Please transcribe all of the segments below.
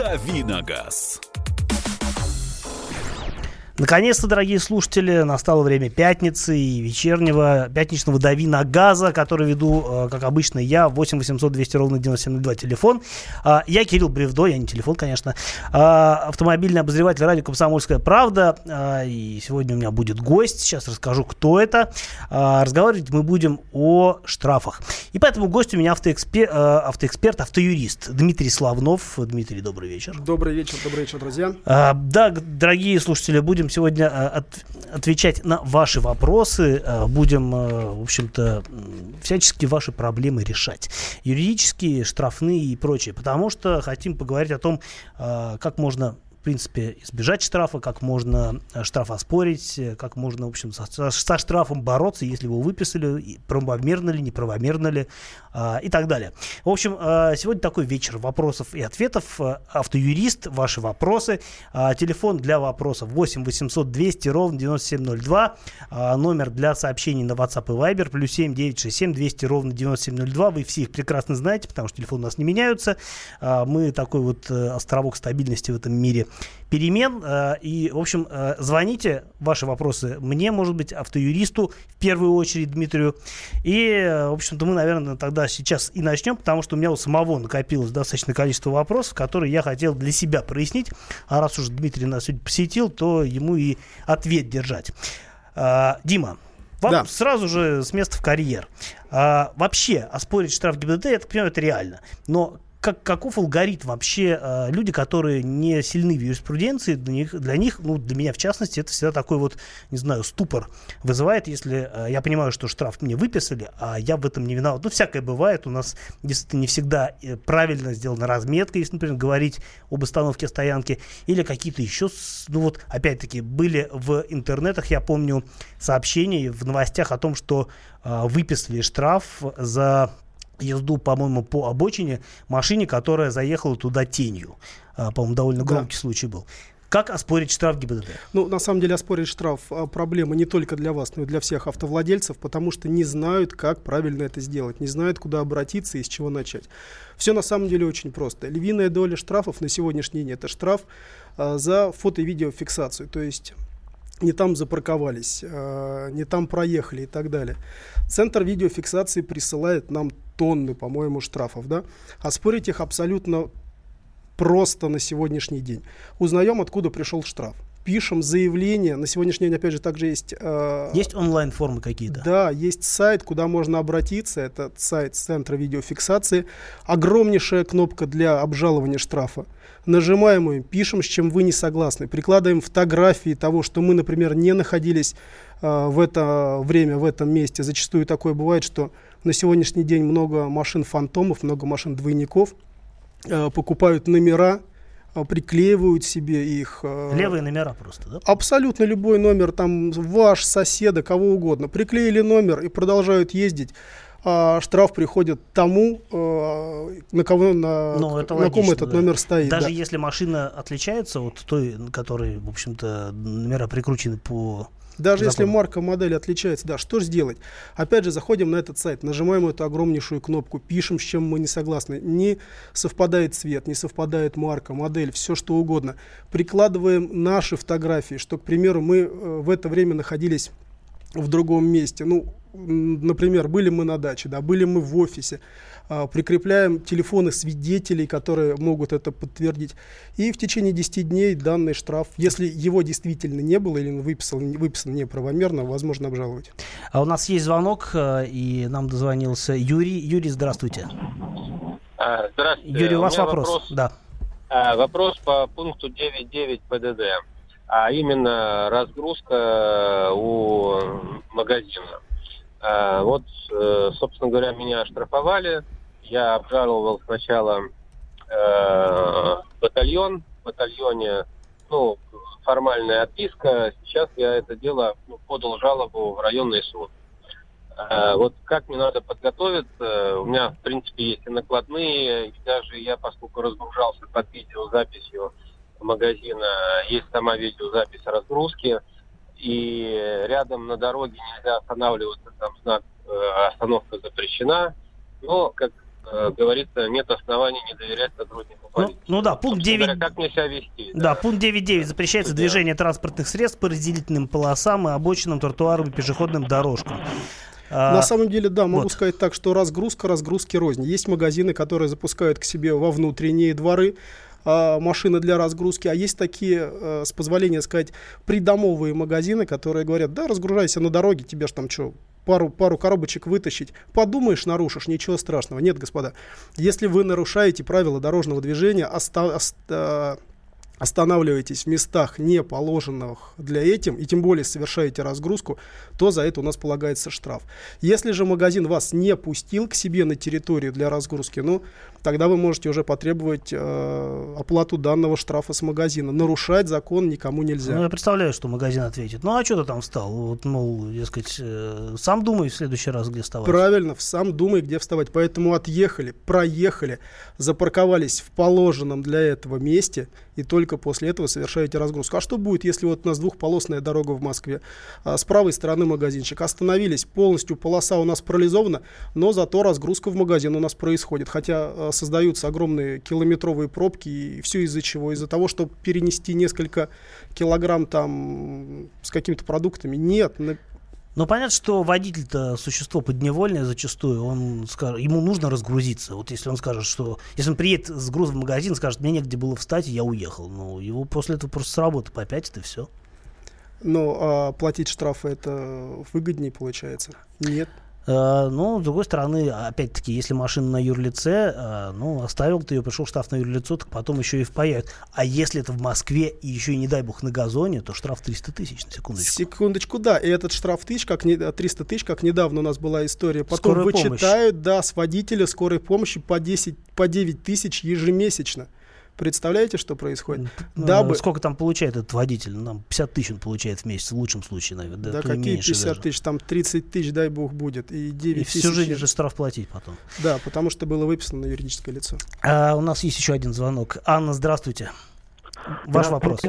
Давиногаз. Наконец-то, дорогие слушатели, настало время пятницы и пятничного Давиногаза, который веду, как обычно, я, 8 800 200 ровно 9702, телефон. Я Кирилл Бревдо, я не телефон, конечно, автомобильный обозреватель радио «Комсомольская правда». И сегодня у меня будет гость, сейчас расскажу, кто это. Разговаривать мы будем о штрафах. И поэтому гость у меня автоэксперт, автоюрист Дмитрий Славнов. Дмитрий, добрый вечер. Добрый вечер, друзья. Да, дорогие слушатели, будем сегодня отвечать на ваши вопросы, будем, в общем-то, всячески ваши проблемы решать. Юридические, штрафные и прочее. Потому что хотим поговорить о том, как можно, в принципе, избежать штрафа, как можно штраф оспорить, как можно, в общем, со штрафом бороться, если его выписали, правомерно ли, неправомерно ли, и так далее. В общем, сегодня такой вечер вопросов и ответов. Автоюрист, ваши вопросы. Телефон для вопросов 8 800 200 ровно 9702. Номер для сообщений на WhatsApp и Viber +7 967 200 ровно 9702. Вы все их прекрасно знаете, потому что телефоны у нас не меняются. Мы такой вот островок стабильности в этом мире перемен. И, в общем, звоните, ваши вопросы мне, может быть, автоюристу, в первую очередь Дмитрию. И, в общем-то, мы, наверное, тогда сейчас и начнем, потому что у меня у самого накопилось достаточное количество вопросов, которые я хотел для себя прояснить. А раз уж Дмитрий нас сегодня посетил, то ему и ответ держать. Дима, вам сразу же с места в карьер. Вообще, оспорить штраф ГИБДД, я так понимаю, это реально. Но каков алгоритм вообще? Люди, которые не сильны в юриспруденции, для них, ну, для меня в частности, это всегда такой вот, не знаю, ступор вызывает, если я понимаю, что штраф мне выписали, а я в этом не виноват. Ну, всякое бывает, у нас действительно не всегда правильно сделана разметка, если, например, говорить об остановке стоянки, или какие-то еще, ну вот, опять-таки, были в интернетах, я помню, сообщения в новостях о том, что выписали штраф за езду, по-моему, по обочине машине, которая заехала туда тенью. По-моему, довольно громкий случай был. Как оспорить штраф ГИБДД? Ну, на самом деле, оспорить штраф проблема не только для вас, но и для всех автовладельцев, потому что не знают, как правильно это сделать, не знают, куда обратиться и с чего начать. Все на самом деле очень просто. Львиная доля штрафов на сегодняшний день – это штраф за фото- и видеофиксацию, то есть не там запарковались, не там проехали и так далее. Центр видеофиксации присылает нам тонны, по-моему, штрафов, да? Оспорить их абсолютно просто на сегодняшний день. Узнаем, откуда пришел штраф. Пишем заявление. На сегодняшний день, опять же, также есть... Есть онлайн-формы какие-то? Да, есть сайт, куда можно обратиться. Это сайт Центра видеофиксации. Огромнейшая кнопка для обжалования штрафа. Нажимаем ее, пишем, с чем вы не согласны. Прикладываем фотографии того, что мы, например, не находились в это время, в этом месте. Зачастую такое бывает, что на сегодняшний день много машин-фантомов, много машин-двойников. Покупают номера, приклеивают себе их. Левые номера просто, да? Абсолютно любой номер, там ваш, соседа, кого угодно. Приклеили номер и продолжают ездить. А штраф приходит тому, на ком этот номер стоит. Даже если машина отличается от той, которой, в общем-то, номера прикручены по... Даже если марка, модель отличается, да, что же сделать? Опять же, заходим на этот сайт, нажимаем эту огромнейшую кнопку, пишем, с чем мы не согласны. Не совпадает цвет, не совпадает марка, модель, все что угодно. Прикладываем наши фотографии, что, к примеру, мы в это время находились в другом месте. Ну, например, были мы на даче, да, были мы в офисе. Прикрепляем телефоны свидетелей, которые могут это подтвердить. И в течение 10 дней данный штраф, если его действительно не было или выписан неправомерно, возможно обжаловать. А у нас есть звонок, и нам дозвонился Юрий. Юрий, здравствуйте. Здравствуйте. Юрий, у вас вопрос? Да. Вопрос по пункту 9.9 ПДД, а именно разгрузка у магазина. Вот, собственно говоря, меня оштрафовали. Я обжаловал сначала батальон. В батальоне, формальная отписка. Сейчас я это дело подал жалобу в районный суд. Вот как мне надо подготовиться? У меня, в принципе, есть и накладные. И даже я, поскольку разгружался под видеозаписью магазина, есть сама видеозапись разгрузки. И рядом на дороге нельзя останавливаться, там знак «Остановка запрещена». Но, как говорится, нет оснований не доверять сотруднику полиции. Ну да, пункт 9. Как мне себя вести? Да, пункт 9.9. Запрещается движение транспортных средств по разделительным полосам и обочинам, тротуарам и пешеходным дорожкам. На самом деле, да, могу сказать так, что разгрузки рознь. Есть магазины, которые запускают к себе во внутренние дворы машины для разгрузки, а есть такие, с позволения сказать, придомовые магазины, которые говорят, да, разгружайся на дороге, тебе ж там что, пару коробочек вытащить, подумаешь, нарушишь, ничего страшного. Нет, господа, если вы нарушаете правила дорожного движения, останавливаетесь в местах, не положенных для этим, и тем более совершаете разгрузку, то за это у нас полагается штраф. Если же магазин вас не пустил к себе на территорию для разгрузки, ну, тогда вы можете уже потребовать оплату данного штрафа с магазина. Нарушать закон никому нельзя. Ну, я представляю, что магазин ответит. Ну, а что ты там встал? Вот, мол, дескать, сам думай в следующий раз, где вставать. Правильно, сам думай, где вставать. Поэтому отъехали, проехали, запарковались в положенном для этого месте, и только после этого совершаете разгрузку. А что будет, если вот у нас двухполосная дорога в Москве, с правой стороны магазинчик, остановились, полностью полоса у нас парализована, но зато разгрузка в магазин у нас происходит, хотя создаются огромные километровые пробки, и все из-за чего? Из-за того, чтобы перенести несколько килограмм там с какими-то продуктами? Нет. Но понятно, что водитель-то существо подневольное зачастую, ему нужно разгрузиться. Вот если он скажет, что... Если он приедет с грузом в магазин, скажет, мне негде было встать, и я уехал. Ну, его после этого просто с работы попятит, и все. Но а платить штрафы это выгоднее получается? Нет. Ну, с другой стороны, опять-таки, если машина на юрлице, оставил ты ее, пришел штраф на юрлицо, так потом еще и впаяют. А если это в Москве и еще и, не дай бог, на газоне, то штраф 300 тысяч, на секундочку. Секундочку, да. И этот штраф 300 тысяч, как недавно у нас была история, потом вычитают, да, с водителя скорой помощи по 9 тысяч ежемесячно. Представляете, что происходит? Сколько там получает этот водитель? Нам 50 тысяч он получает в месяц, в лучшем случае, наверное. Да какие 50 тысяч? Там 30 тысяч, дай бог, будет. И 9 тысяч. И всю жизнь же штраф платить потом. Да, потому что было выписано на юридическое лицо. У нас есть еще один звонок. Анна, здравствуйте. Ваш вопрос.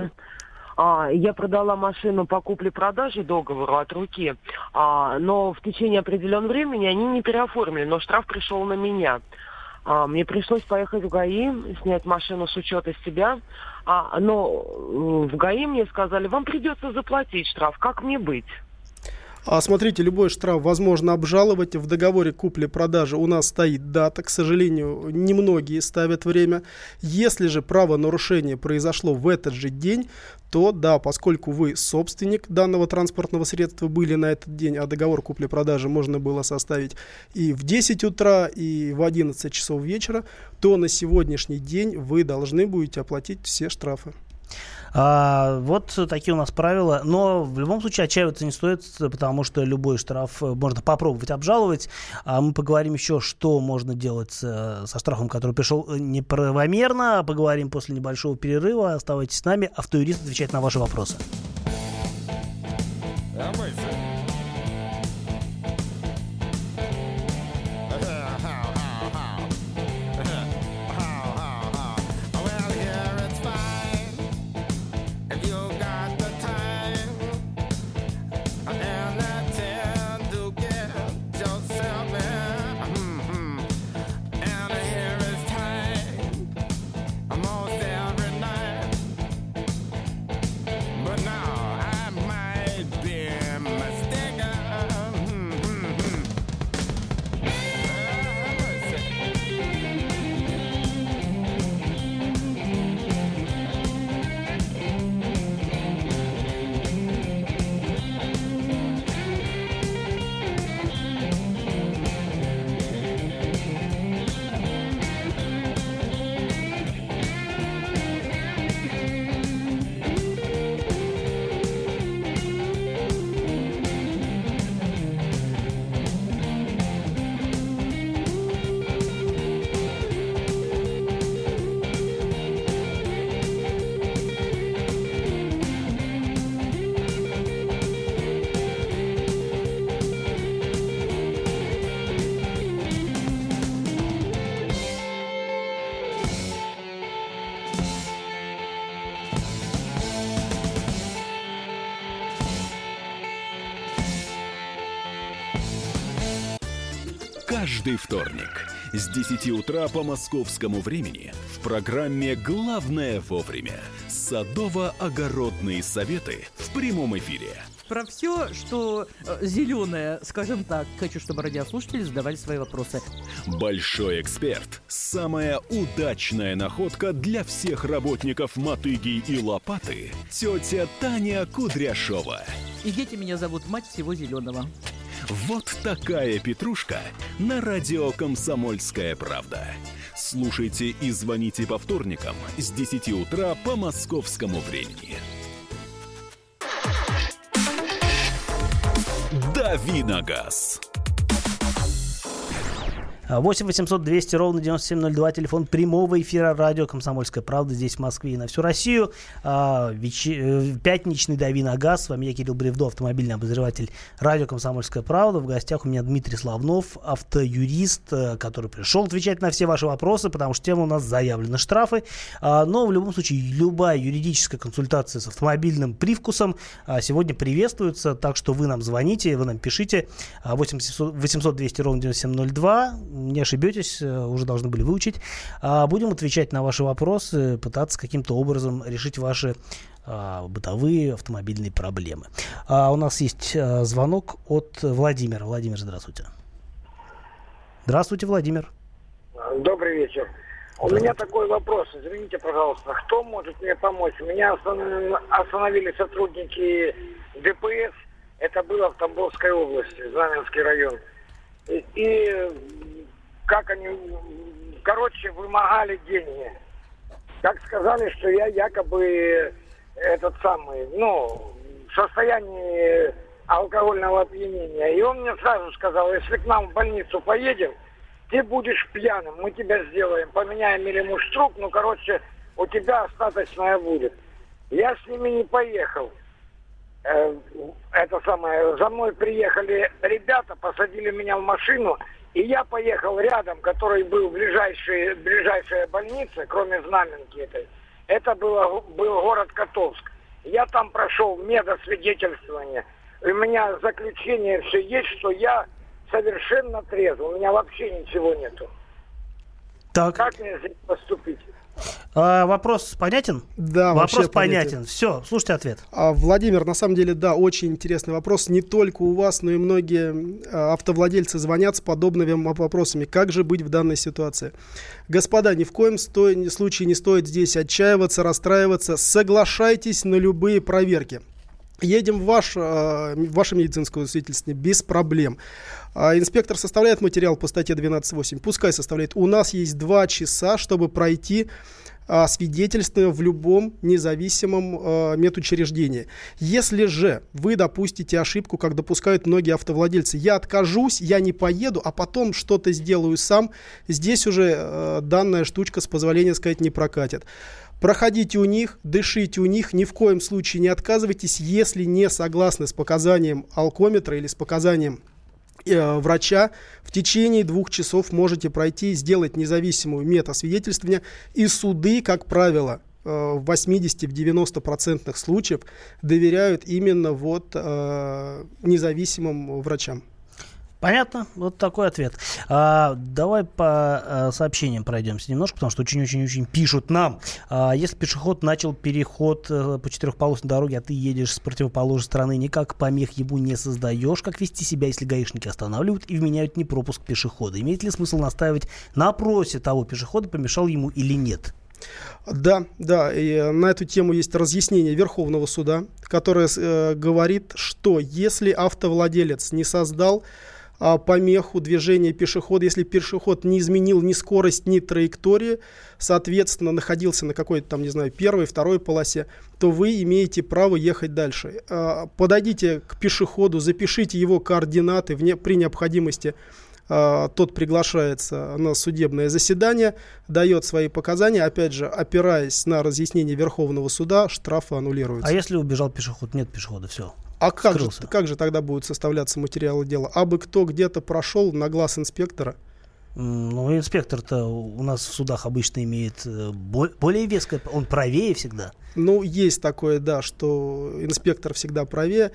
Я продала машину по купле-продаже договору от руки, но в течение определенного времени они не переоформили, но штраф пришел на меня. Мне пришлось поехать в ГАИ, снять машину с учета себя, но в ГАИ мне сказали, вам придется заплатить штраф, как мне быть? Смотрите, любой штраф возможно обжаловать. В договоре купли-продажи у нас стоит дата. К сожалению, немногие ставят время. Если же правонарушение произошло в этот же день, то да, поскольку вы собственник данного транспортного средства, были на этот день, а договор купли-продажи можно было составить и в 10 утра, и в 11 часов вечера, то на сегодняшний день вы должны будете оплатить все штрафы. Вот такие у нас правила. Но в любом случае отчаиваться не стоит, потому что любой штраф можно попробовать обжаловать. Мы поговорим еще, что можно делать со штрафом, который пришел неправомерно. Поговорим после небольшого перерыва. Оставайтесь с нами. Автоюрист отвечает на ваши вопросы. Каждый вторник С 10 утра по московскому времени в программе «Главное вовремя» садово-огородные советы в прямом эфире. Про все, что зеленое, скажем так. Хочу, чтобы радиослушатели задавали свои вопросы. Большой эксперт. Самая удачная находка для всех работников мотыги и лопаты. Тетя Таня Кудряшова. И дети меня зовут мать всего зеленого. Вот такая петрушка на радио «Комсомольская правда». Слушайте и звоните по вторникам с 10 утра по московскому времени. «Дави на газ». 8 800 200 ровно 9702, телефон прямого эфира радио «Комсомольская правда» здесь, в Москве и на всю Россию. Пятничный «Дави на газ». С вами я, Кирилл Бревдо, автомобильный обозреватель радио «Комсомольская правда». В гостях у меня Дмитрий Славнов, автоюрист, который пришел отвечать на все ваши вопросы, потому что тема у нас заявлены штрафы. Но в любом случае любая юридическая консультация с автомобильным привкусом сегодня приветствуется, так что вы нам звоните, вы нам пишите 8 800 200 ровно 9702. Не ошибетесь, уже должны были выучить. Будем отвечать на ваши вопросы, пытаться каким-то образом решить ваши бытовые автомобильные проблемы. У нас есть звонок от Владимира. Владимир, здравствуйте. Здравствуйте, Владимир. Добрый вечер. У меня такой вопрос. Извините, пожалуйста, кто может мне помочь? Меня остановили сотрудники ДПС. Это было в Тамбовской области, Знаменский район. И как они, вымогали деньги. Как сказали, что я якобы в состоянии алкогольного опьянения. И он мне сразу сказал, если к нам в больницу поедем, ты будешь пьяным, мы тебя сделаем, поменяем или муштрук, у тебя остаточная будет. Я с ними не поехал. За мной приехали ребята, посадили меня в машину, и я поехал рядом, который был ближайшая больница, кроме Знаменки этой. Это был город Котовск. Я там прошел медосвидетельствование. У меня заключение все есть, что я совершенно трезв. У меня вообще ничего нету. Так. Как мне здесь поступить? Вопрос понятен? Да, вопрос понятен. Все, слушайте ответ. Владимир, на самом деле, да, очень интересный вопрос. Не только у вас, но и многие автовладельцы звонят с подобными вопросами. Как же быть в данной ситуации? Господа, ни в коем случае не стоит здесь отчаиваться, расстраиваться. Соглашайтесь на любые проверки. Едем в ваше медицинское свидетельство без проблем. Инспектор составляет материал по статье 12.8. Пускай составляет. У нас есть 2 часа, чтобы пройти свидетельство в любом независимом медучреждении. Если же вы допустите ошибку, как допускают многие автовладельцы, я откажусь, я не поеду, а потом что-то сделаю сам, здесь уже данная штучка, с позволения сказать, не прокатит. Проходите у них, дышите у них, ни в коем случае не отказывайтесь, если не согласны с показанием алкометра или с показанием врача. В течение 2 часов можете пройти, сделать независимую медосвидетельствование. И суды, как правило, в 80-90% случаев доверяют именно независимым врачам. Понятно? Вот такой ответ. Давай по сообщениям пройдемся немножко, потому что очень-очень-очень пишут нам. Если пешеход начал переход по 4-полосной дороге, а ты едешь с противоположной стороны, никак помех ему не создаешь. Как вести себя, если гаишники останавливают и вменяют непропуск пешехода? Имеет ли смысл настаивать на опросе того пешехода, помешал ему или нет? Да, и на эту тему есть разъяснение Верховного суда, которое говорит, что если автовладелец не создал помеху движения пешехода, если пешеход не изменил ни скорость, ни траекторию, соответственно, находился на какой-то там, не знаю, 1-й, 2-й полосе, то вы имеете право ехать дальше. Подойдите к пешеходу, запишите его координаты, при необходимости тот приглашается на судебное заседание, дает свои показания, опять же, опираясь на разъяснение Верховного суда, штрафы аннулируются. А если убежал пешеход, нет пешехода, все. А как же тогда будут составляться материалы дела? Абы кто где-то прошел на глаз инспектора? Ну, инспектор-то у нас в судах обычно имеет более веское, он правее всегда. Ну, есть такое, да, что инспектор всегда правее.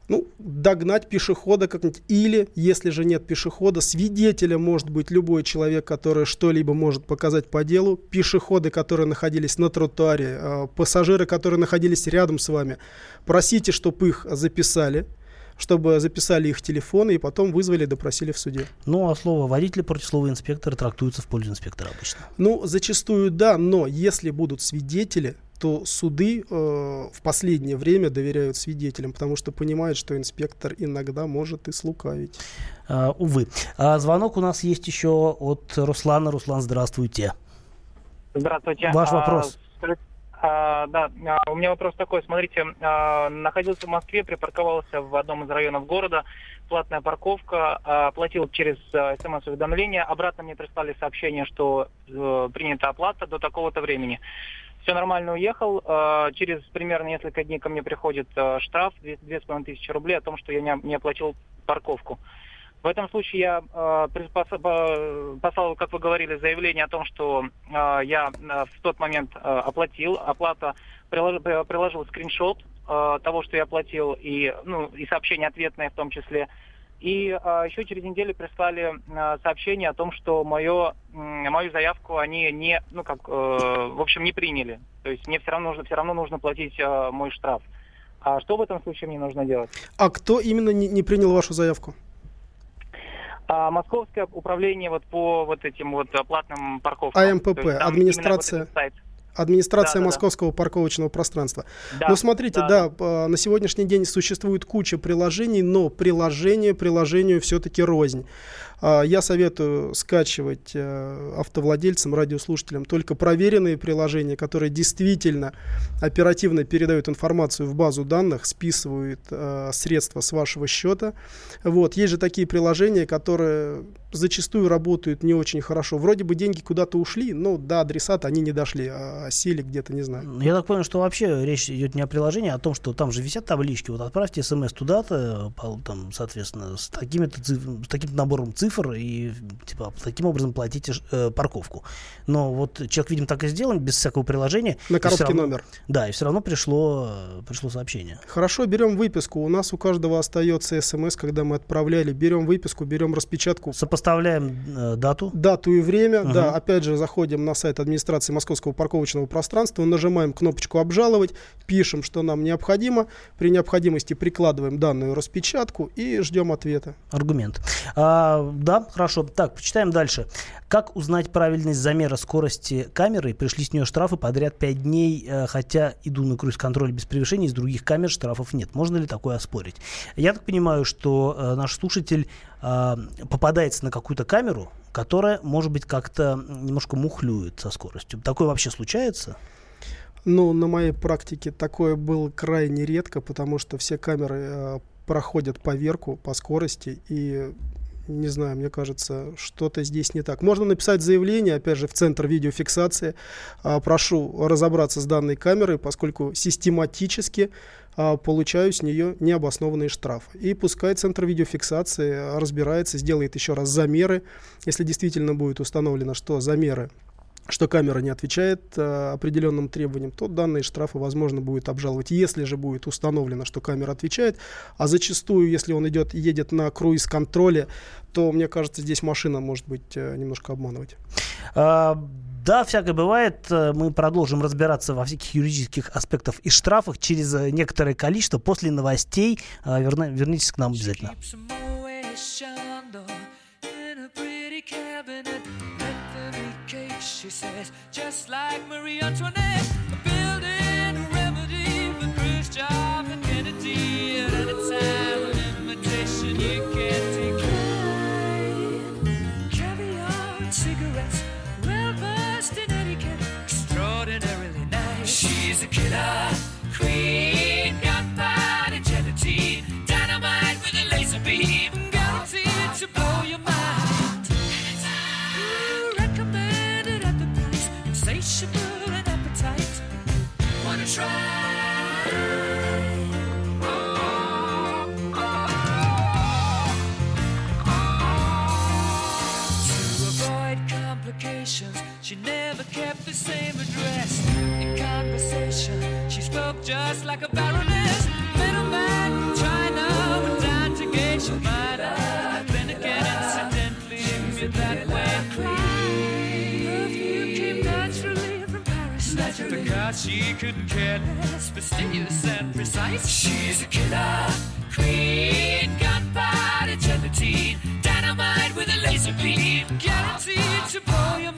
догнать пешехода как-нибудь. Или, если же нет пешехода, свидетелем может быть любой человек, который что-либо может показать по делу. Пешеходы, которые находились на тротуаре, пассажиры, которые находились рядом с вами. Просите, чтобы их записали, чтобы записали их телефоны и потом вызвали, допросили в суде. Ну, а слово водителя против слова инспектора трактуется в пользу инспектора обычно. Зачастую да, но если будут свидетели, то суды в последнее время доверяют свидетелям, потому что понимают, что инспектор иногда может и слукавить. Увы. Звонок у нас есть еще от Руслана. Руслан, здравствуйте. Здравствуйте. Ваш вопрос. Да, у меня вопрос такой. Смотрите, находился в Москве, припарковался в одном из районов города, платная парковка, платил через СМС-уведомление, обратно мне прислали сообщение, что принята оплата до такого-то времени. Все нормально, уехал. Через примерно несколько дней ко мне приходит штраф 2500 рублей о том, что я не оплатил парковку. В этом случае я послал, как вы говорили, заявление о том, что я в тот момент оплатил. Оплата, приложил скриншот того, что я оплатил, и сообщение ответное в том числе. И еще через неделю прислали сообщение о том, что мою заявку они не приняли. То есть мне все равно нужно платить мой штраф. А что в этом случае мне нужно делать? А кто именно не принял вашу заявку? Московское управление по этим платным парковкам. АМПП, администрация Московского парковочного пространства. Но смотрите, на сегодняшний день существует куча приложений, но приложению все-таки рознь. Я советую скачивать автовладельцам, радиослушателям только проверенные приложения, которые действительно оперативно передают информацию в базу данных, списывают средства с вашего счета. Есть же такие приложения, которые зачастую работают не очень хорошо. Вроде бы деньги куда-то ушли, но до адресата они не дошли, а сели где-то, не знаю. Я так понял, что вообще речь идет не о приложении, а о том, что там же висят таблички. Отправьте смс туда-то, там, соответственно, с таким набором цифр, и таким образом платите парковку. Но человек, видимо, так и сделан, без всякого приложения. На короткий номер. Да, и все равно пришло сообщение. Хорошо, берем выписку. У нас у каждого остается смс, когда мы отправляли. Берем выписку, берем распечатку. Сопоставляем дату. Дату и время. Да, опять же, заходим на сайт администрации Московского парковочного пространства, нажимаем кнопочку «Обжаловать», пишем, что нам необходимо. При необходимости прикладываем данную распечатку и ждем ответа. Аргумент. Да, хорошо. Так, почитаем дальше. Как узнать правильность замера скорости камеры? Пришли с нее штрафы подряд 5 дней, хотя иду на круиз-контроль без превышения, из других камер штрафов нет. Можно ли такое оспорить? Я так понимаю, что наш слушатель попадается на какую-то камеру, которая, может быть, как-то немножко мухлюет со скоростью. Такое вообще случается? На моей практике такое было крайне редко, потому что все камеры проходят поверку по скорости, и не знаю, мне кажется, что-то здесь не так. Можно написать заявление, опять же, в Центр видеофиксации. Прошу разобраться с данной камерой, поскольку систематически получаю с нее необоснованные штрафы. И пускай Центр видеофиксации разбирается, сделает еще раз замеры. Если действительно будет установлено, что замеры, что камера не отвечает определенным требованиям, то данные штрафы возможно будет обжаловать. Если же будет установлено, что камера отвечает, а зачастую, если он едет на круиз-контроле, то, мне кажется, здесь машина может быть немножко обманывать. Да, всякое бывает. Мы продолжим разбираться во всяких юридических аспектах и штрафах через некоторое количество. После новостей вернитесь к нам обязательно. She says, just like Marie Antoinette, building a remedy for Khrushchev and Kennedy. At any time, an invitation you can't decline. Caviar and cigarettes, well versed in etiquette, extraordinarily nice. She's a killer queen, gunpowder gelatine, dynamite with a laser beam, guaranteed to blow your mind. Insatiable and appetite. Wanna try? To avoid complications, she never kept the same address. In conversation, she spoke just like a baroness. Middleman from China. You might have been again incidentally me that way. Perfume came naturally from Paris. Because she couldn't care less, fastidious and precise. She's a killer queen, gunpowder gelatine, dynamite with a laser beam, guaranteed to blow your mind.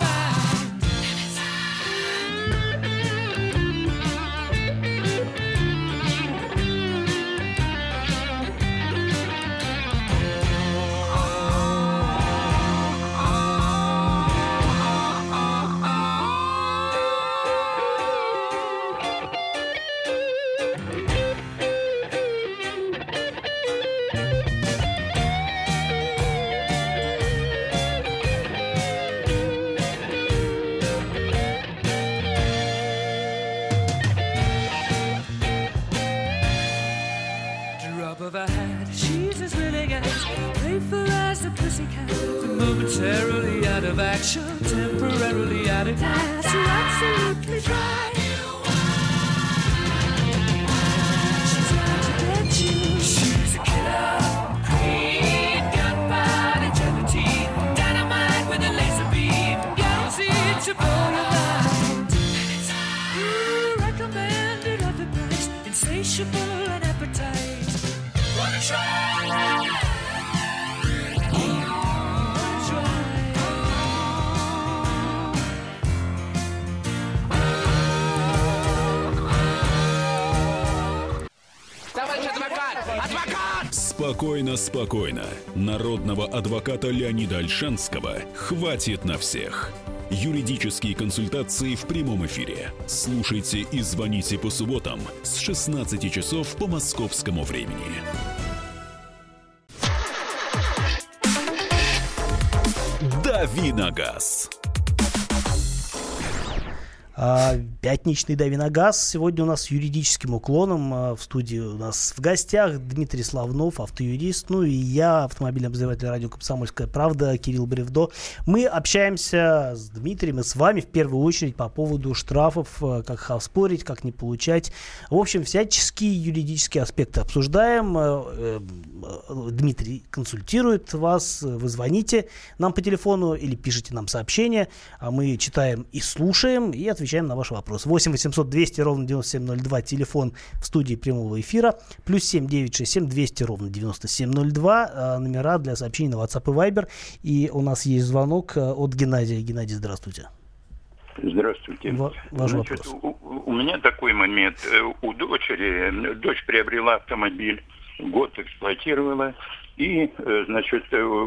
She's as willing as, playful as a pussycat, momentarily out of action, temporarily out of gas, you're absolutely dry. She's out to get you. She's a killer queen, gunpowder gelatine, dynamite with a laser beam, guaranteed to blow your mind. Ooh, recommended at the price, insatiable and appetite. Wanna try? Товарищ адвокат! Адвокат! Спокойно, спокойно. Народного адвоката Леонида Ольшанского хватит на всех. Юридические консультации в прямом эфире. Слушайте и звоните по субботам с 16 часов по московскому времени. «Дави на газ». Пятничный «Дави на газ». Сегодня у нас с юридическим уклоном. В студии у нас в гостях Дмитрий Славнов, автоюрист, ну и я, автомобильный обозреватель радио «Комсомольская правда», Кирилл Бревдо. Мы общаемся с Дмитрием и с вами в первую очередь по поводу штрафов, как их оспорить, как не получать. В общем, всяческие юридические аспекты обсуждаем. Дмитрий консультирует вас, вы звоните нам по телефону или пишите нам сообщение, а мы читаем и слушаем, и отвечаем на ваши вопросы. 8 800 200 ровно 9702, телефон в студии прямого эфира, плюс 7 967 200 ровно 9702, номера для сообщений на WhatsApp и Viber. И у нас есть звонок от Геннадия. Геннадий, здравствуйте. Здравствуйте. Ваш вопрос. У меня такой момент. У дочери, дочь приобрела автомобиль, год эксплуатировала, и, значит,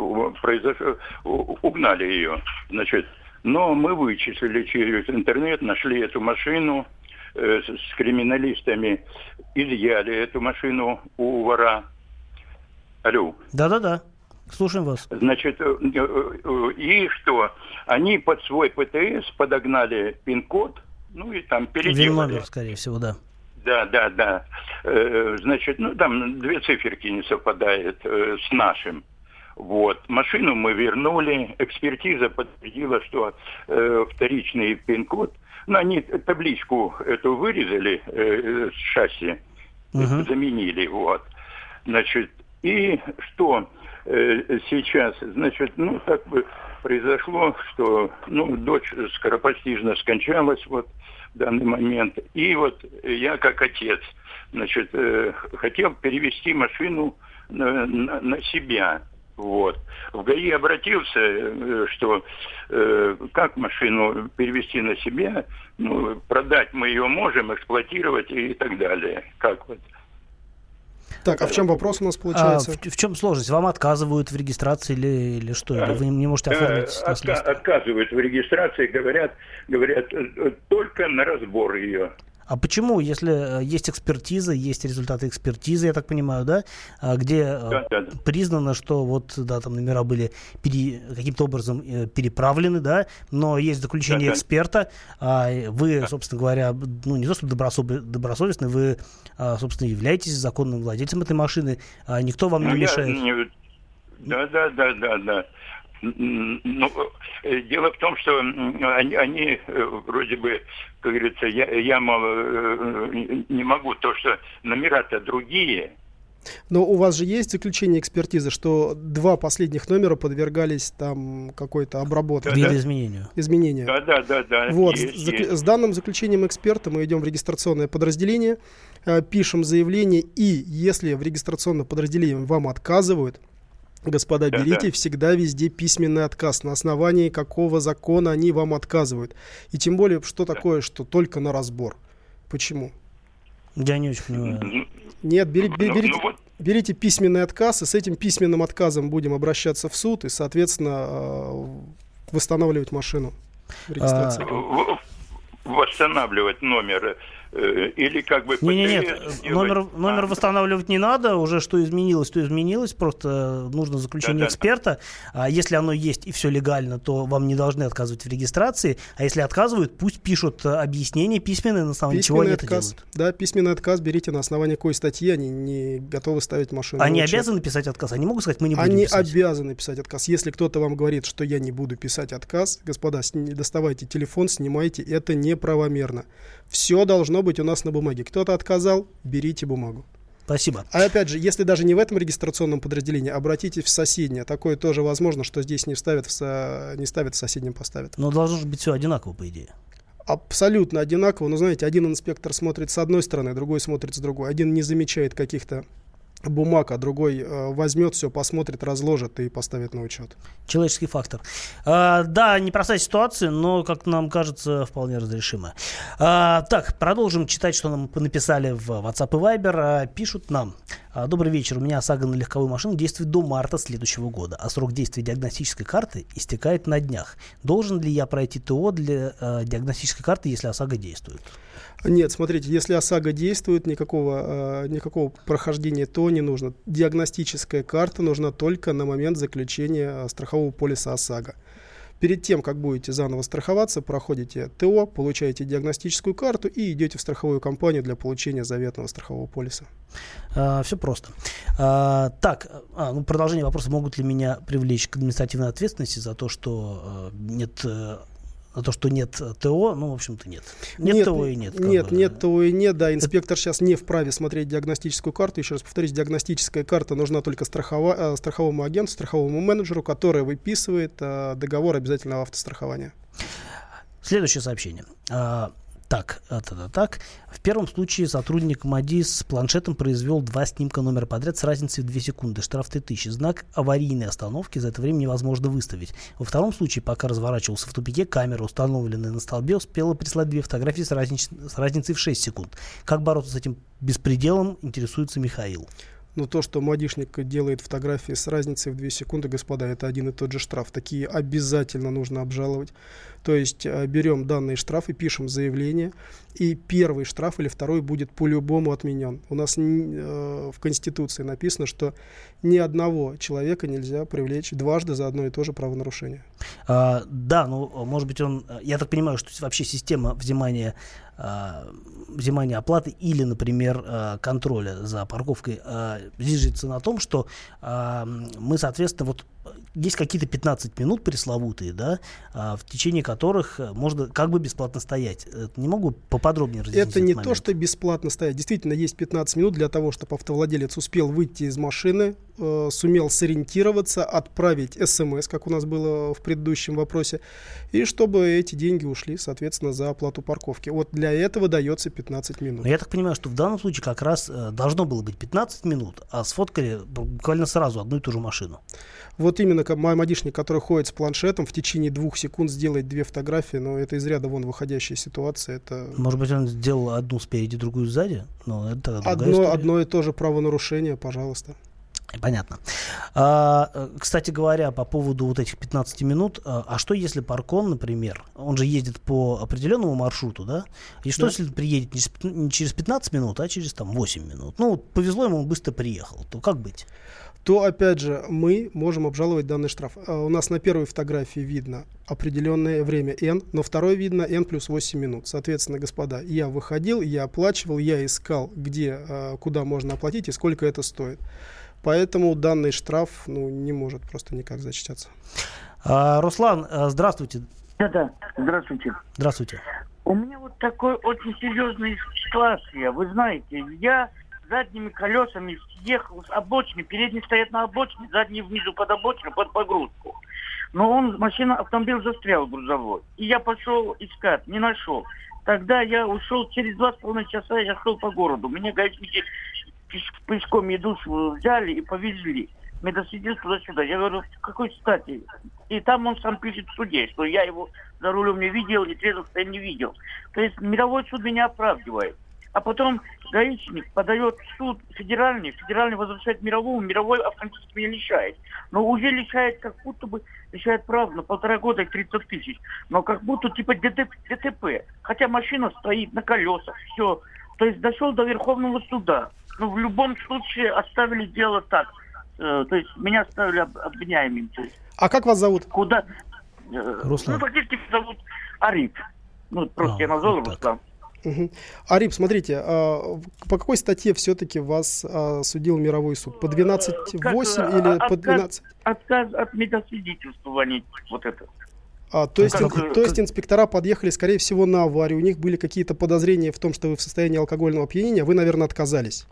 угнали ее, значит. Но мы вычислили через интернет, нашли эту машину, с криминалистами изъяли эту машину у вора. Алло. Да-да-да, слушаем вас. Значит, и что? Они под свой ПТС подогнали пин-код, ну и там переделали. ВИН-номер, скорее всего, да. Да. Значит, ну там две циферки не совпадают с нашим. Вот. Машину мы вернули, экспертиза подтвердила, что вторичный пин-код, ну, они табличку эту вырезали с шасси, заменили, вот. Значит, и что сейчас, значит, ну, так бы произошло, что, ну, дочь скоропостижно скончалась, вот, в данный момент, и вот я, как отец, значит, хотел перевести машину на себя. Вот. В ГАИ обратился, что как машину перевести на себя, ну, продать мы ее можем, эксплуатировать и так далее. Как вот. Так, а в чем вопрос у нас получается? В чем сложность? Вам отказывают в регистрации или что? Или вы не можете оформить наследство? Отказывают в регистрации, говорят, только на разбор ее. А почему, если есть экспертиза, есть результаты экспертизы, я так понимаю, да, где признано, что вот, да, там номера были каким-то образом переправлены, да, но есть заключение эксперта, вы, собственно говоря, ну, не то чтобы добросовестны, вы, собственно, являетесь законным владельцем этой машины, никто вам не мешает. Да. Ну, дело в том, что они вроде бы, как говорится, я мол, не могу, то, что номера-то другие, Но у вас же есть заключение экспертизы, что 2 последних номера подвергались там какой-то обработке? Видоизменению. Изменению. Да. Вот, Есть. с данным заключением эксперта мы идем в регистрационное подразделение, пишем заявление, и если в регистрационном подразделении вам отказывают, господа, берите всегда везде письменный отказ, на основании какого закона они вам отказывают. И тем более, что такое, что только на разбор. Почему? Я не очень понимаю. Нет, берите письменный отказ, и с этим письменным отказом будем обращаться в суд и, соответственно, восстанавливать машину. Восстанавливать номер или как бы... Нет, номер восстанавливать не надо, уже что изменилось, то изменилось, просто нужно заключение эксперта, а если оно есть и все легально, то вам не должны отказывать в регистрации, а если отказывают, пусть пишут объяснение письменное, на основании чего они это делают. Да, письменный отказ берите на основании какой статьи, они не готовы ставить машину. Они обязаны писать отказ, они могут сказать, мы не будем писать? Они обязаны писать отказ. Если кто-то вам говорит, что я не буду писать отказ, господа, доставайте телефон, снимайте, это неправомерно. Все должно быть у нас на бумаге. Кто-то отказал, берите бумагу. Спасибо. А опять же, если даже не в этом регистрационном подразделении, обратитесь в соседнее. Такое тоже возможно, что здесь не ставят, не ставят, в соседнем поставят. Но должно же быть все одинаково, по идее. Абсолютно одинаково. Но знаете, один инспектор смотрит с одной стороны, другой смотрит с другой. Один не замечает каких-то бумаг, а другой возьмет все, посмотрит, разложит и поставит на учет. Человеческий фактор. Да, непростая ситуация, но, как нам кажется, вполне разрешимая. Так, продолжим читать, что нам написали в WhatsApp и Viber. Пишут нам. Добрый вечер. У меня ОСАГО на легковую машину действует до марта следующего года, а срок действия диагностической карты истекает на днях. Должен ли я пройти ТО для диагностической карты, если ОСАГО действует? Нет, смотрите, если ОСАГО действует, никакого прохождения ТО не нужно. Диагностическая карта нужна только на момент заключения страхового полиса ОСАГО. Перед тем, как будете заново страховаться, проходите ТО, получаете диагностическую карту и идете в страховую компанию для получения заветного страхового полиса. Все просто. Продолжение вопроса. Могут ли меня привлечь к административной ответственности за то, что нет ТО? Ну, в общем-то, нет. Нет ТО и нет. Нет ТО и нет, да. Инспектор сейчас не вправе смотреть диагностическую карту. Еще раз повторюсь, диагностическая карта нужна только страховому агенту, страховому менеджеру, который выписывает договор обязательного автострахования. Следующее сообщение. Так. В первом случае сотрудник МАДИ с планшетом произвел 2 снимка номера подряд с разницей в 2 секунды. Штраф 3000. Знак аварийной остановки за это время невозможно выставить. Во втором случае, пока разворачивался в тупике, камера, установленная на столбе, успела прислать 2 фотографии с разницей в 6 секунд. Как бороться с этим беспределом, интересуется Михаил. Но то, что МАДИшник делает фотографии с разницей в 2 секунды, господа, это один и тот же штраф. Такие обязательно нужно обжаловать. То есть берем данные штрафы, пишем заявление, и первый штраф или второй будет по-любому отменен. У нас в Конституции написано, что ни одного человека нельзя привлечь дважды за одно и то же правонарушение. Да, может быть, я так понимаю, что вообще система взимания оплаты или, например, контроля за парковкой зиждется на том, что мы, соответственно, есть какие-то 15 минут пресловутые, да, в течение которых можно как бы бесплатно стоять. Не могу поподробнее разъяснить это не то, что бесплатно стоять. Действительно, есть 15 минут для того, чтобы автовладелец успел выйти из машины, сумел сориентироваться, отправить СМС, как у нас было в предыдущем вопросе, и чтобы эти деньги ушли, соответственно, за оплату парковки. Вот для этого дается 15 минут. Но я так понимаю, что в данном случае как раз должно было быть 15 минут, а сфоткали буквально сразу одну и ту же машину. Вот именно МАДИшник, который ходит с планшетом, в течение 2 секунд сделает 2 фотографии, но это из ряда вон выходящая ситуация. Это... Может быть, он сделал одну спереди, другую сзади? Но это одно и то же правонарушение, пожалуйста. Понятно. Кстати говоря, по поводу вот этих 15 минут, а что если паркон, например, он же ездит по определенному маршруту, да? И что если приедет не через 15 минут, а через 8 минут? Повезло ему, он быстро приехал, то как быть? То, опять же, мы можем обжаловать данный штраф. У нас на первой фотографии видно определенное время N, но второй видно N плюс 8 минут. Соответственно, господа, я выходил, я оплачивал, я искал, куда можно оплатить и сколько это стоит. Поэтому данный штраф не может просто никак зачитаться. Руслан, здравствуйте. Да, здравствуйте. Здравствуйте. У меня такой очень серьезная ситуация. Вы знаете, я задними колесами съехал с обочины. Передние стоят на обочине, задние внизу под обочину, под погрузку. Но автомобиль застрял грузовой. И я пошел искать, не нашел. Тогда я ушел, через 2,5 часа я шел по городу. Меня гаишники пешком взяли и повезли. Медосвидетельство туда-сюда. Я говорю, в какой стати? И там он сам пишет в суде, что я его за рулем не видел, и трезвым не видел. То есть мировой суд меня оправдывает. А потом гаишник подает в суд федеральный возвращает мировой автоматически меня лишает. Но уже лишает, как будто бы лишает прав на 1,5 года и 30 тысяч. Но как будто типа ДТП. Хотя машина стоит на колесах, все. То есть дошел до Верховного суда. Но в любом случае оставили дело так. То есть меня оставили обвиняемым. То есть, а как вас зовут? Куда? Руслан. Фактически зовут Ариф. Просто я назвал Руслан. Угу. Ариф, смотрите, по какой статье все-таки вас судил мировой суд? По 12.8 или по 12? Отказ от медосвидетельствования. Вот это. То есть инспектора подъехали, скорее всего, на аварию. У них были какие-то подозрения в том, что вы в состоянии алкогольного опьянения. Вы, наверное, отказались.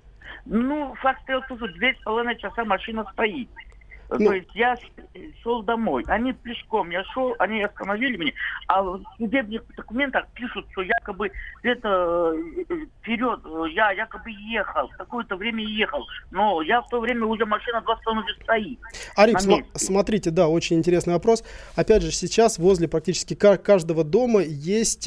Факт стоял, что 2,5 часа машина стоит. То есть я шел домой. Они пешком, я шел, они остановили меня. А в судебных документах пишут, что якобы где-то вперед, я якобы ехал, какое-то время ехал. Но я в то время уже машина 2,5 стоит. Ариф, смотрите, да, очень интересный вопрос. Опять же, сейчас возле практически каждого дома есть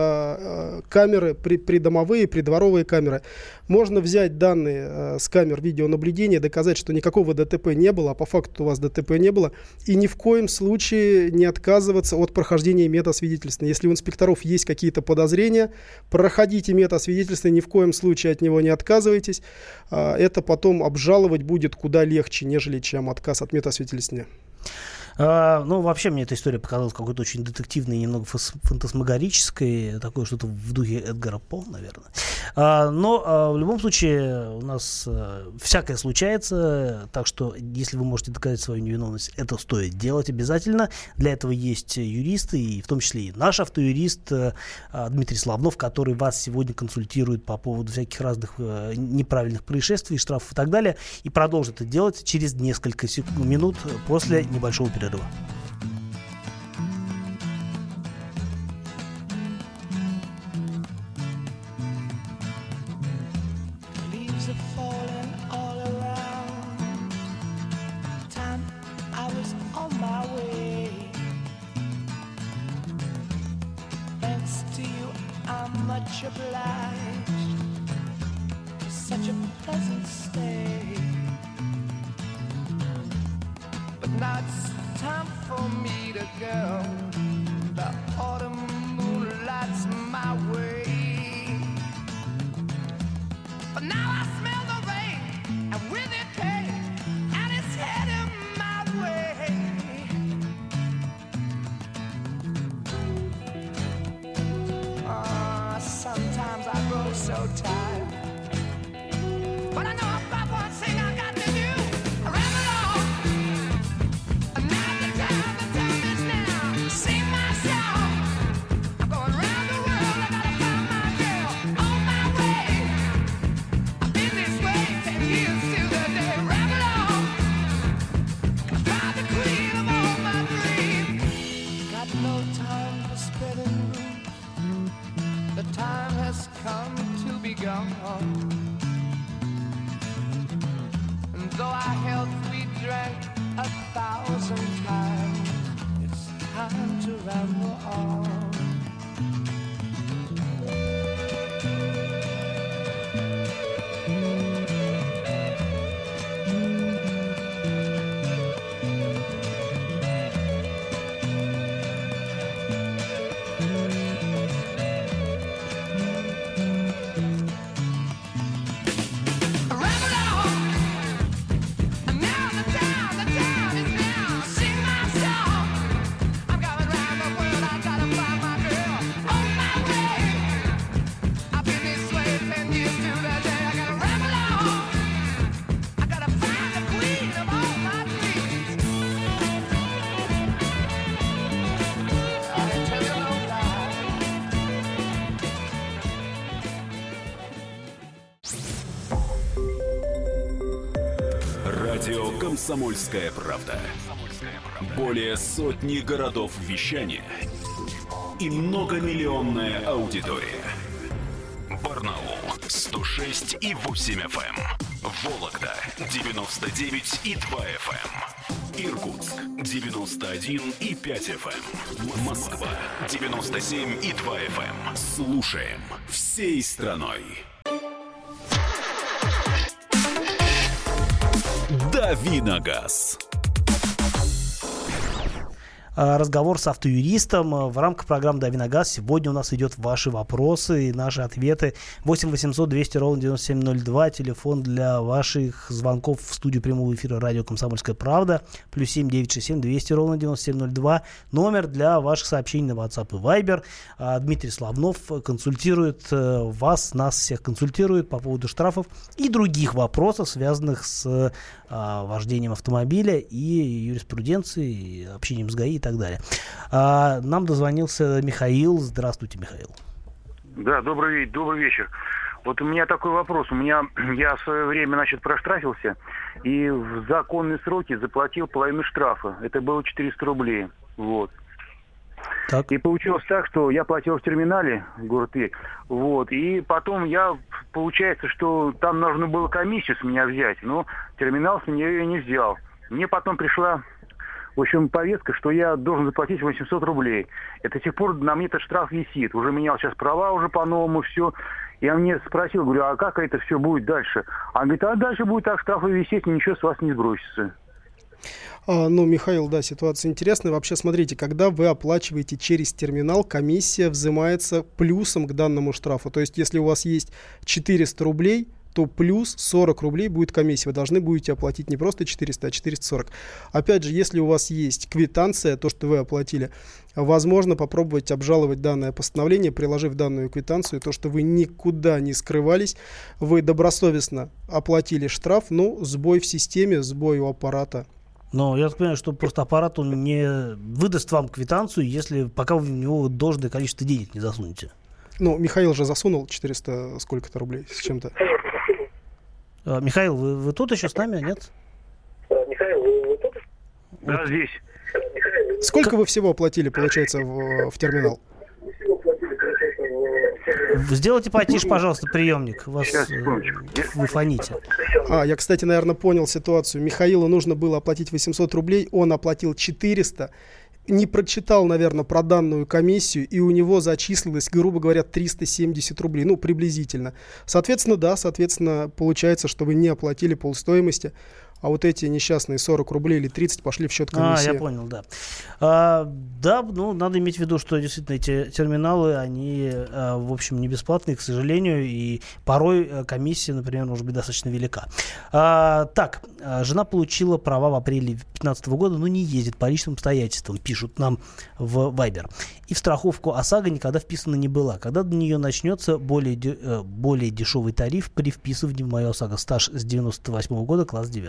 камеры, придомовые, придворовые камеры. Можно взять данные с камер видеонаблюдения, доказать, что никакого ДТП не было, а по факту у вас ДТП не было, и ни в коем случае не отказываться от прохождения медосвидетельствования. Если у инспекторов есть какие-то подозрения, проходите медосвидетельствование, ни в коем случае от него не отказывайтесь. Это потом обжаловать будет куда легче, нежели чем отказ от медосвидетельствования. Вообще мне эта история показалась какой-то очень детективной, немного фантасмагорической, такое что-то в духе Эдгара По, наверное. Но в любом случае у нас всякое случается, так что если вы можете доказать свою невиновность, это стоит делать обязательно. Для этого есть юристы, и в том числе и наш автоюрист Дмитрий Славнов, который вас сегодня консультирует по поводу всяких разных неправильных происшествий, штрафов и так далее, и продолжит это делать через несколько минут после небольшого перерыва. Leaves are falling all around. Time I was on my way. Thanks to you, I'm much obliged. Such a pleasant stay. But now it's time for me to go. The autumn moonlight's my way. But now I smell the rain, and with it pain, and it's heading my way. Sometimes I grow so tired, but I know I've got one thing I got to do. I ran along. And though our health we drank 1,000 times, it's time to ramble on. Find my «Комсомольская правда». Более сотни городов вещания и многомиллионная аудитория. Барнаул 106,8 FM. Вологда 99,2 FM. Иркутск 91,5 FM. Москва 97,2 FM. Слушаем всей страной. Дави на газ. Разговор с автоюристом в рамках программы «Дави на газ». Сегодня у нас идет ваши вопросы и наши ответы. 8 800 200 ровно 9702. Телефон для ваших звонков в студию прямого эфира радио «Комсомольская правда». Плюс 7 967 200 ровно 9702. Номер для ваших сообщений на WhatsApp и Viber. Дмитрий Славнов консультирует вас, нас всех консультирует по поводу штрафов и других вопросов, связанных с вождением автомобиля и юриспруденцией, и общением с ГАИ и так далее. Нам дозвонился Михаил. Здравствуйте, Михаил. Да, добрый вечер. Вот у меня такой вопрос. Я в свое время, проштрафился и в законные сроки заплатил половину штрафа. Это было 400 рублей. Вот. Так. И получилось так, что я платил в терминале, город Тверь. Вот. И потом получается, что там нужно было комиссию с меня взять, но терминал с меня ее не взял. Мне потом пришла, в общем, повестка, что я должен заплатить 800 рублей. И до сих пор на мне этот штраф висит. Уже менял сейчас права уже по-новому, все. Я мне спросил, говорю, а как это все будет дальше? А он говорит, дальше будет так штрафы висеть, ничего с вас не сбросится. Михаил, да, ситуация интересная. Вообще, смотрите, когда вы оплачиваете через терминал, комиссия взимается плюсом к данному штрафу. То есть, если у вас есть 400 рублей, то плюс 40 рублей будет комиссия. Вы должны будете оплатить не просто 400, а 440. Опять же, если у вас есть квитанция, то, что вы оплатили, возможно попробовать обжаловать данное постановление, приложив данную квитанцию, то, что вы никуда не скрывались, вы добросовестно оплатили штраф, сбой в системе, сбой у аппарата. Но я так понимаю, что просто аппарат он не выдаст вам квитанцию, если пока вы в него должное количество денег не засунете. Михаил же засунул 400 сколько-то рублей с чем-то. Михаил, вы тут еще с нами, нет? Михаил, вы тут? Да, здесь. Сколько вы всего оплатили, получается, в терминал? Сделайте потише, пожалуйста, приемник. Вы фоните. Я, кстати, наверное, понял ситуацию. Михаилу нужно было оплатить 800 рублей, он оплатил 400, не прочитал, наверное, про данную комиссию, и у него зачислилось, грубо говоря, 370 рублей, приблизительно. Соответственно, получается, что вы не оплатили полстоимости, а вот эти несчастные 40 рублей или 30 пошли в счет комиссии. Я понял, да. Надо иметь в виду, что действительно эти терминалы, они, в общем, не бесплатные, к сожалению, и порой комиссия, например, может быть достаточно велика. Жена получила права в апреле 2015 года, но не ездит по личным обстоятельствам, пишут нам в Viber. И в страховку ОСАГО никогда вписана не была. Когда для нее начнется более дешевый тариф при вписывании в мою ОСАГО? Стаж с 98 года, класс 9.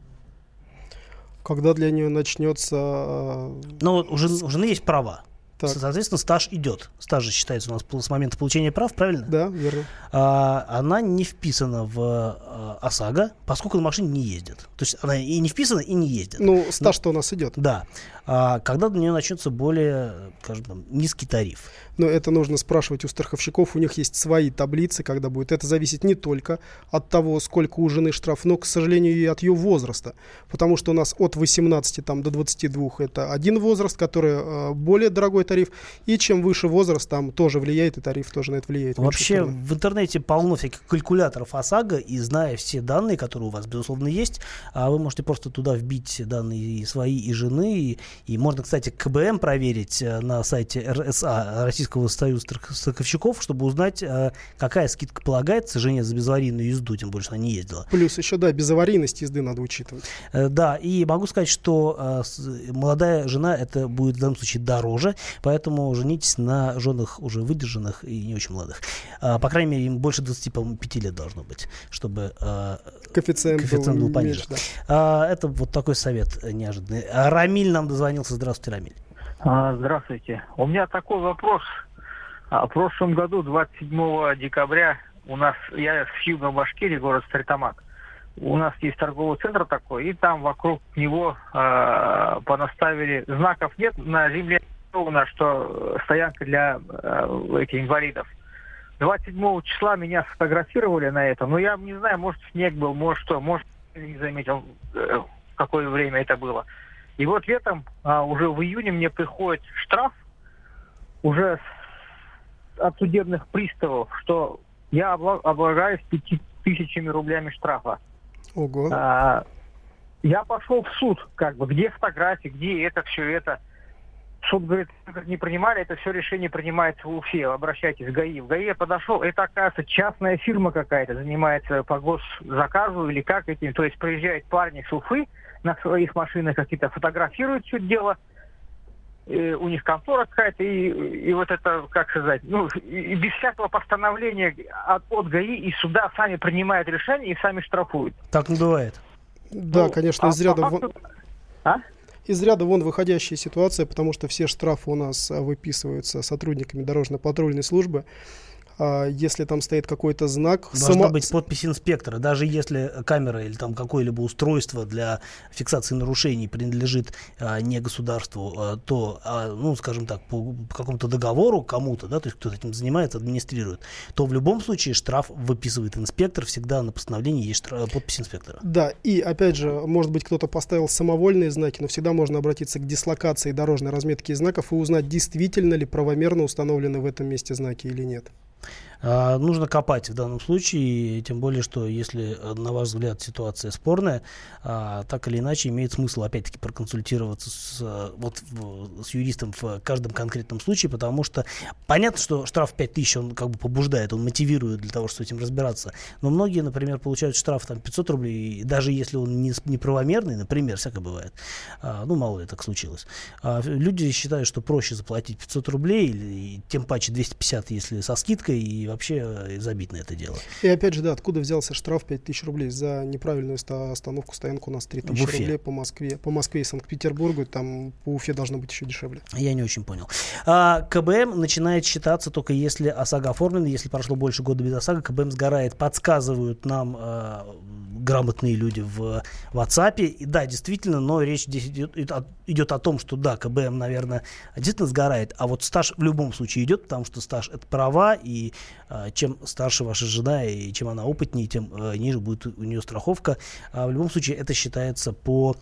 Когда для нее начнется... У жены есть права. Так. Соответственно, стаж идет. Стаж же считается у нас с момента получения прав, правильно? Да, верно. Она не вписана в ОСАГО, поскольку на машине не ездит. То есть она и не вписана, и не ездит. Стаж-то у нас идет. Да. Когда для нее начнется более, скажем так, низкий тариф? Но это нужно спрашивать у страховщиков. У них есть свои таблицы, когда будет. Это зависит не только от того, сколько у жены штраф, но, к сожалению, и от ее возраста. Потому что у нас от 18 до 22 это один возраст, который более дорогой тариф. И чем выше возраст, там тоже влияет, и тариф тоже на это влияет. Вообще в интернете полно всяких калькуляторов ОСАГО, и зная все данные, которые у вас, безусловно, есть, вы можете просто туда вбить данные и свои, и жены, и можно, кстати, КБМ проверить на сайте РСА, Российского союза страховщиков, чтобы узнать, какая скидка полагается жене за безаварийную езду, тем больше она не ездила. Плюс еще, безаварийность езды надо учитывать. Да, и могу сказать, что молодая жена это будет в данном случае дороже, поэтому женитесь на женах уже выдержанных и не очень молодых. По крайней мере, им больше 25 лет должно быть, чтобы коэффициент был пониже. Меньше, да. Это вот такой совет неожиданный. Рамиль нам дозвонился. Здравствуйте, Рамиль. Здравствуйте. У меня такой вопрос. В прошлом году, 27 декабря, я с юга Башкирии, город Стерлитамак, у нас есть торговый центр такой, и там вокруг него понаставили знаков нет, на земле написано, что стоянка для этих инвалидов. 27 числа меня сфотографировали на этом, но я не знаю, может снег был, может что, может не заметил, в какое время это было. И вот летом, уже в июне мне приходит штраф уже от судебных приставов, что я облагаюсь 5000 рублями штрафа. Ого. Я пошел в суд, где фотографии, где это, все это. Суд говорит, не принимали, это все решение принимается в Уфе, обращайтесь в ГАИ. В ГАИ я подошел, это, оказывается, частная фирма какая-то, занимается по госзаказу или как этим. То есть приезжают парни с Уфы на своих машинах какие-то, фотографируют все дело, у них контора какая-то, и вот это, как сказать, и без всякого постановления от ГАИ и суда сами принимают решение и сами штрафуют. Так не бывает. Да, конечно, из ряда вон... Из ряда вон выходящая ситуация, потому что все штрафы у нас выписываются сотрудниками дорожно-патрульной службы. Если там стоит какой-то знак... Должна быть подпись инспектора. Даже если камера или там какое-либо устройство для фиксации нарушений принадлежит не государству, то, скажем так, по какому-то договору кому-то, да, то есть кто-то этим занимается, администрирует, то в любом случае штраф выписывает инспектор. Всегда на постановлении есть подпись инспектора. Да, и опять же, может быть, кто-то поставил самовольные знаки, но всегда можно обратиться к дислокации дорожной разметки знаков и узнать, действительно ли правомерно установлены в этом месте знаки или нет. Нужно копать в данном случае, тем более, что если, на ваш взгляд, ситуация спорная, так или иначе имеет смысл, опять-таки, проконсультироваться с юристом в каждом конкретном случае, потому что понятно, что штраф 5000, он побуждает, он мотивирует для того, чтобы с этим разбираться, но многие, например, получают штраф 500 рублей, и даже если он неправомерный, например, всякое бывает, мало ли так случилось, люди считают, что проще заплатить 500 рублей, или тем паче 250, если со скидкой, и вообще забить на это дело. И опять же, откуда взялся штраф 5000 рублей за неправильную остановку, стоянку у нас 3000 рублей по Москве и Санкт-Петербургу, там по Уфе должно быть еще дешевле. Я не очень понял. КБМ начинает считаться только если ОСАГО оформлена, если прошло больше года без ОСАГО, КБМ сгорает, подсказывают нам грамотные люди в WhatsApp. И да, действительно, но речь здесь идет о том, что да, КБМ, наверное, действительно сгорает, а вот стаж в любом случае идет, потому что стаж — это права, и чем старше ваша жена и чем она опытнее, тем ниже будет у нее страховка. В любом случае это считается по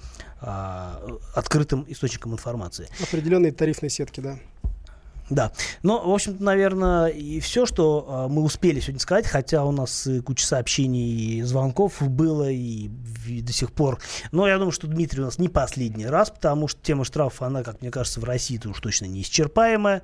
открытым источникам информации. Определенные тарифные сетки, да. Да, но, в общем-то, наверное, и все, что мы успели сегодня сказать, хотя у нас куча сообщений и звонков было и до сих пор. Но я думаю, что Дмитрий у нас не последний раз, потому что тема штрафов, она, как мне кажется, в России-то уж точно неисчерпаемая.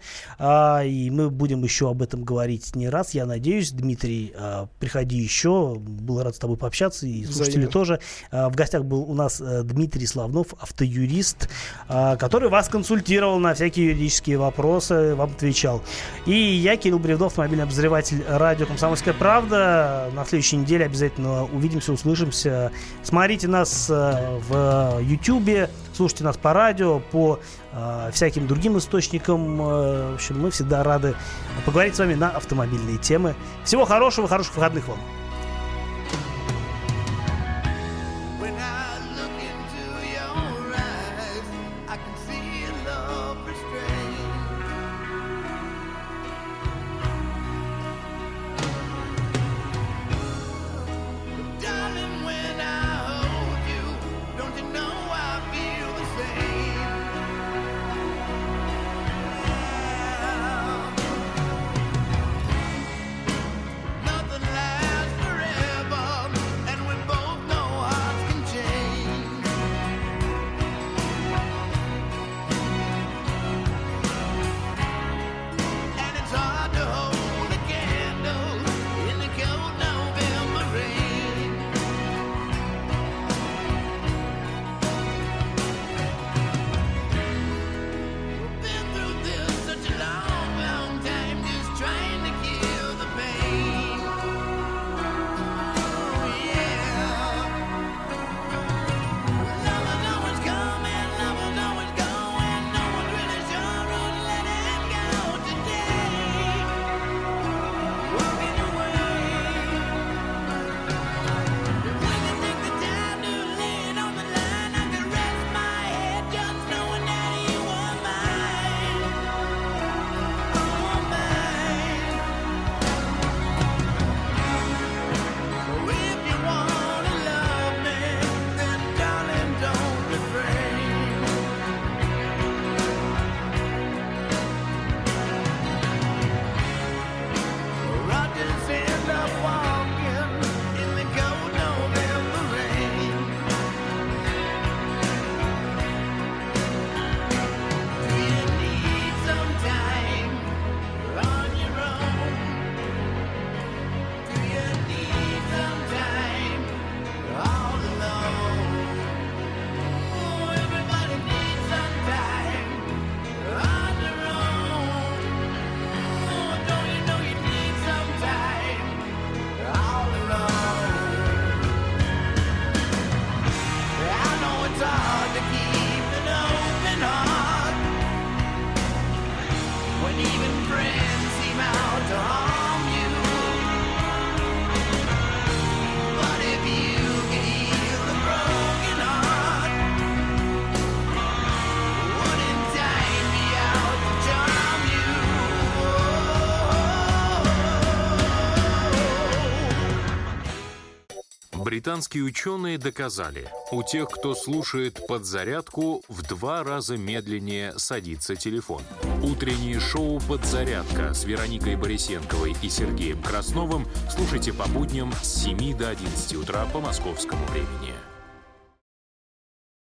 И мы будем еще об этом говорить не раз, я надеюсь. Дмитрий, приходи еще, был рад с тобой пообщаться, и слушатели тоже. В гостях был у нас Дмитрий Славнов, автоюрист, который вас консультировал на всякие юридические вопросы, вам отвечал. И я, Кирилл Бревдов, автомобильный обозреватель радио «Комсомольская правда». На следующей неделе обязательно увидимся, услышимся. Смотрите нас в Ютьюбе, слушайте нас по радио, по всяким другим источникам. В общем, мы всегда рады поговорить с вами на автомобильные темы. Всего хорошего, хороших выходных вам. Nothing lasts Британские ученые доказали, у тех, кто слушает «Подзарядку», в 2 раза медленнее садится телефон. Утреннее шоу «Подзарядка» с Вероникой Борисенковой и Сергеем Красновым слушайте по будням с 7 до 11 утра по московскому времени.